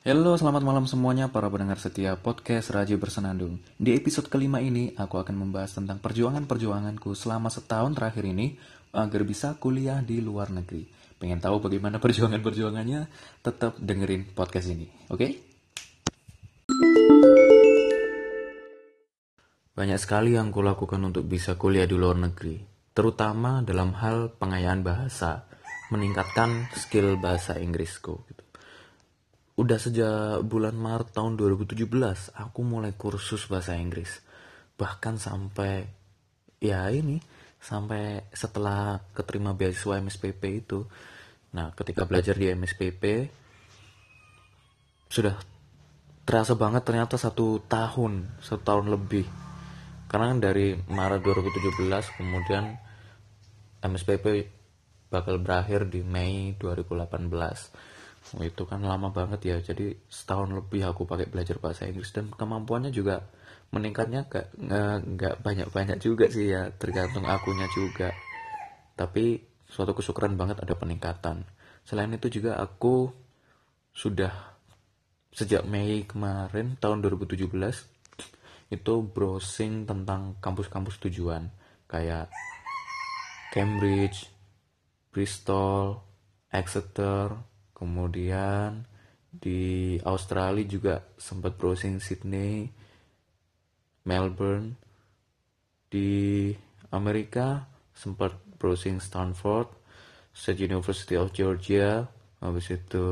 Halo, selamat malam semuanya para pendengar setia podcast Raja Bersenandung. Di episode kelima ini, aku akan membahas tentang perjuangan-perjuanganku selama setahun terakhir ini agar bisa kuliah di luar negeri. Pengen tahu bagaimana perjuangan-perjuangannya? Tetap dengerin podcast ini, oke? Banyak sekali yang kulakukan untuk bisa kuliah di luar negeri, terutama dalam hal pengayaan bahasa, meningkatkan skill bahasa Inggrisku. Udah sejak bulan Maret tahun 2017 aku mulai kursus bahasa Inggris. Bahkan sampai setelah keterima beasiswa MSPP itu. Nah, ketika belajar di MSPP sudah terasa banget ternyata satu tahun lebih. Karena kan dari Maret 2017 kemudian MSPP bakal berakhir di Mei 2018. Itu kan lama banget ya, jadi setahun lebih aku pakai belajar bahasa Inggris dan kemampuannya juga meningkatnya nggak banyak-banyak juga sih ya, tergantung akunya juga. Tapi suatu kesyukuran banget ada peningkatan. Selain itu juga aku sudah sejak Mei kemarin tahun 2017 itu browsing tentang kampus-kampus tujuan kayak Cambridge, Bristol, Exeter, kemudian di Australia juga sempat browsing Sydney, Melbourne, di Amerika sempat browsing Stanford, State University of Georgia, habis itu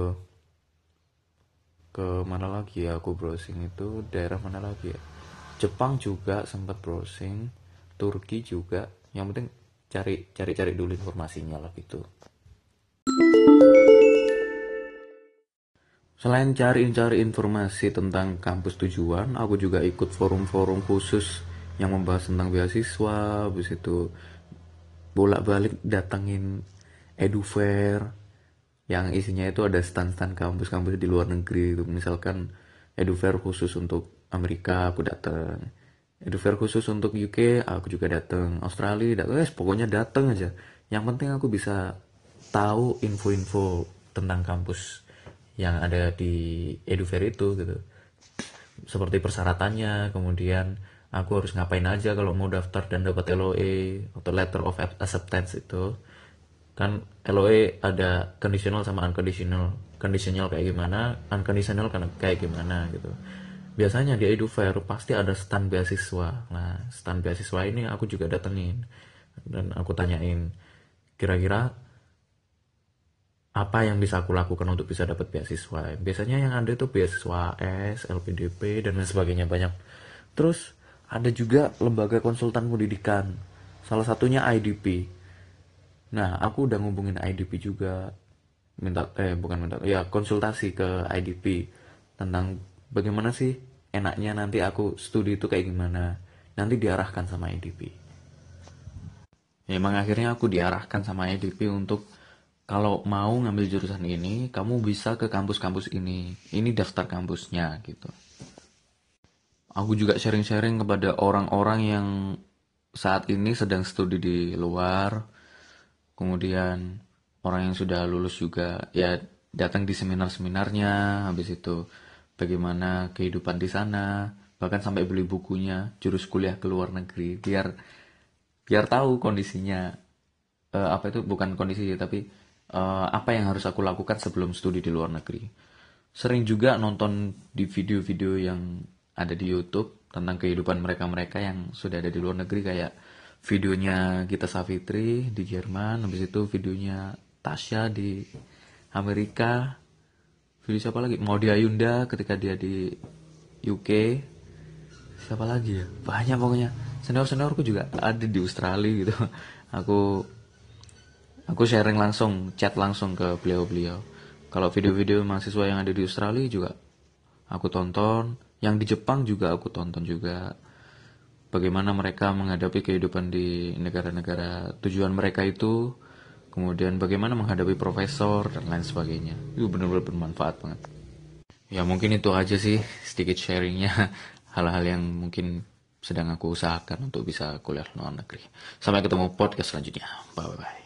ke mana lagi ya aku browsing itu, daerah mana lagi ya, Jepang juga sempat browsing, Turki juga, yang penting cari dulu informasinya lah gitu. Selain cari informasi tentang kampus tujuan, aku juga ikut forum-forum khusus yang membahas tentang beasiswa, habis itu bolak-balik datengin edufair yang isinya itu ada stand-stand kampus-kampus di luar negeri. Misalkan edufair khusus untuk Amerika aku dateng, edufair khusus untuk UK aku juga dateng, Australia dateng, pokoknya dateng aja. Yang penting aku bisa tahu info-info tentang kampus yang ada di edufair itu gitu, seperti persyaratannya, kemudian aku harus ngapain aja kalau mau daftar dan dapat LOA atau letter of acceptance. Itu kan LOA ada conditional sama unconditional. Conditional kayak gimana, unconditional kan kayak gimana gitu. Biasanya di edufair pasti ada stand beasiswa. Nah, stand beasiswa ini aku juga datengin dan aku tanyain kira-kira apa yang bisa aku lakukan untuk bisa dapat beasiswa. Biasanya yang ada itu beasiswa S, LPDP, dan lain sebagainya banyak. Terus ada juga lembaga konsultan pendidikan, salah satunya IDP. Nah, aku udah ngubungin IDP juga, konsultasi ke IDP tentang bagaimana sih enaknya nanti aku studi itu kayak gimana. Nanti diarahkan sama IDP. Ya, emang akhirnya aku diarahkan sama IDP untuk kalau mau ngambil jurusan ini, kamu bisa ke kampus-kampus ini. Ini daftar kampusnya gitu. Aku juga sharing-sharing kepada orang-orang yang saat ini sedang studi di luar. Kemudian orang yang sudah lulus juga ya datang di seminar-seminarnya. Habis itu bagaimana kehidupan di sana. Bahkan sampai beli bukunya, jurus kuliah ke luar negeri. Biar tahu kondisinya. Apa itu bukan kondisi tapi apa yang harus aku lakukan sebelum studi di luar negeri. Sering juga nonton di video-video yang ada di YouTube tentang kehidupan mereka-mereka yang sudah ada di luar negeri, kayak videonya Gita Savitri di Jerman, habis itu videonya Tasya di Amerika, video siapa lagi? Maudy Ayunda ketika dia di UK, siapa lagi ya? Banyak pokoknya. Senior-seniorku juga ada di Australia gitu. Aku sharing langsung, chat langsung ke beliau-beliau. Kalau video-video mahasiswa yang ada di Australia juga aku tonton, yang di Jepang juga aku tonton juga. Bagaimana mereka menghadapi kehidupan di negara-negara tujuan mereka itu, kemudian bagaimana menghadapi profesor dan lain sebagainya. Itu benar-benar bermanfaat banget. Ya mungkin itu aja sih sedikit sharingnya, hal-hal yang mungkin sedang aku usahakan untuk bisa kuliah luar negeri. Sampai ketemu podcast selanjutnya. Bye bye.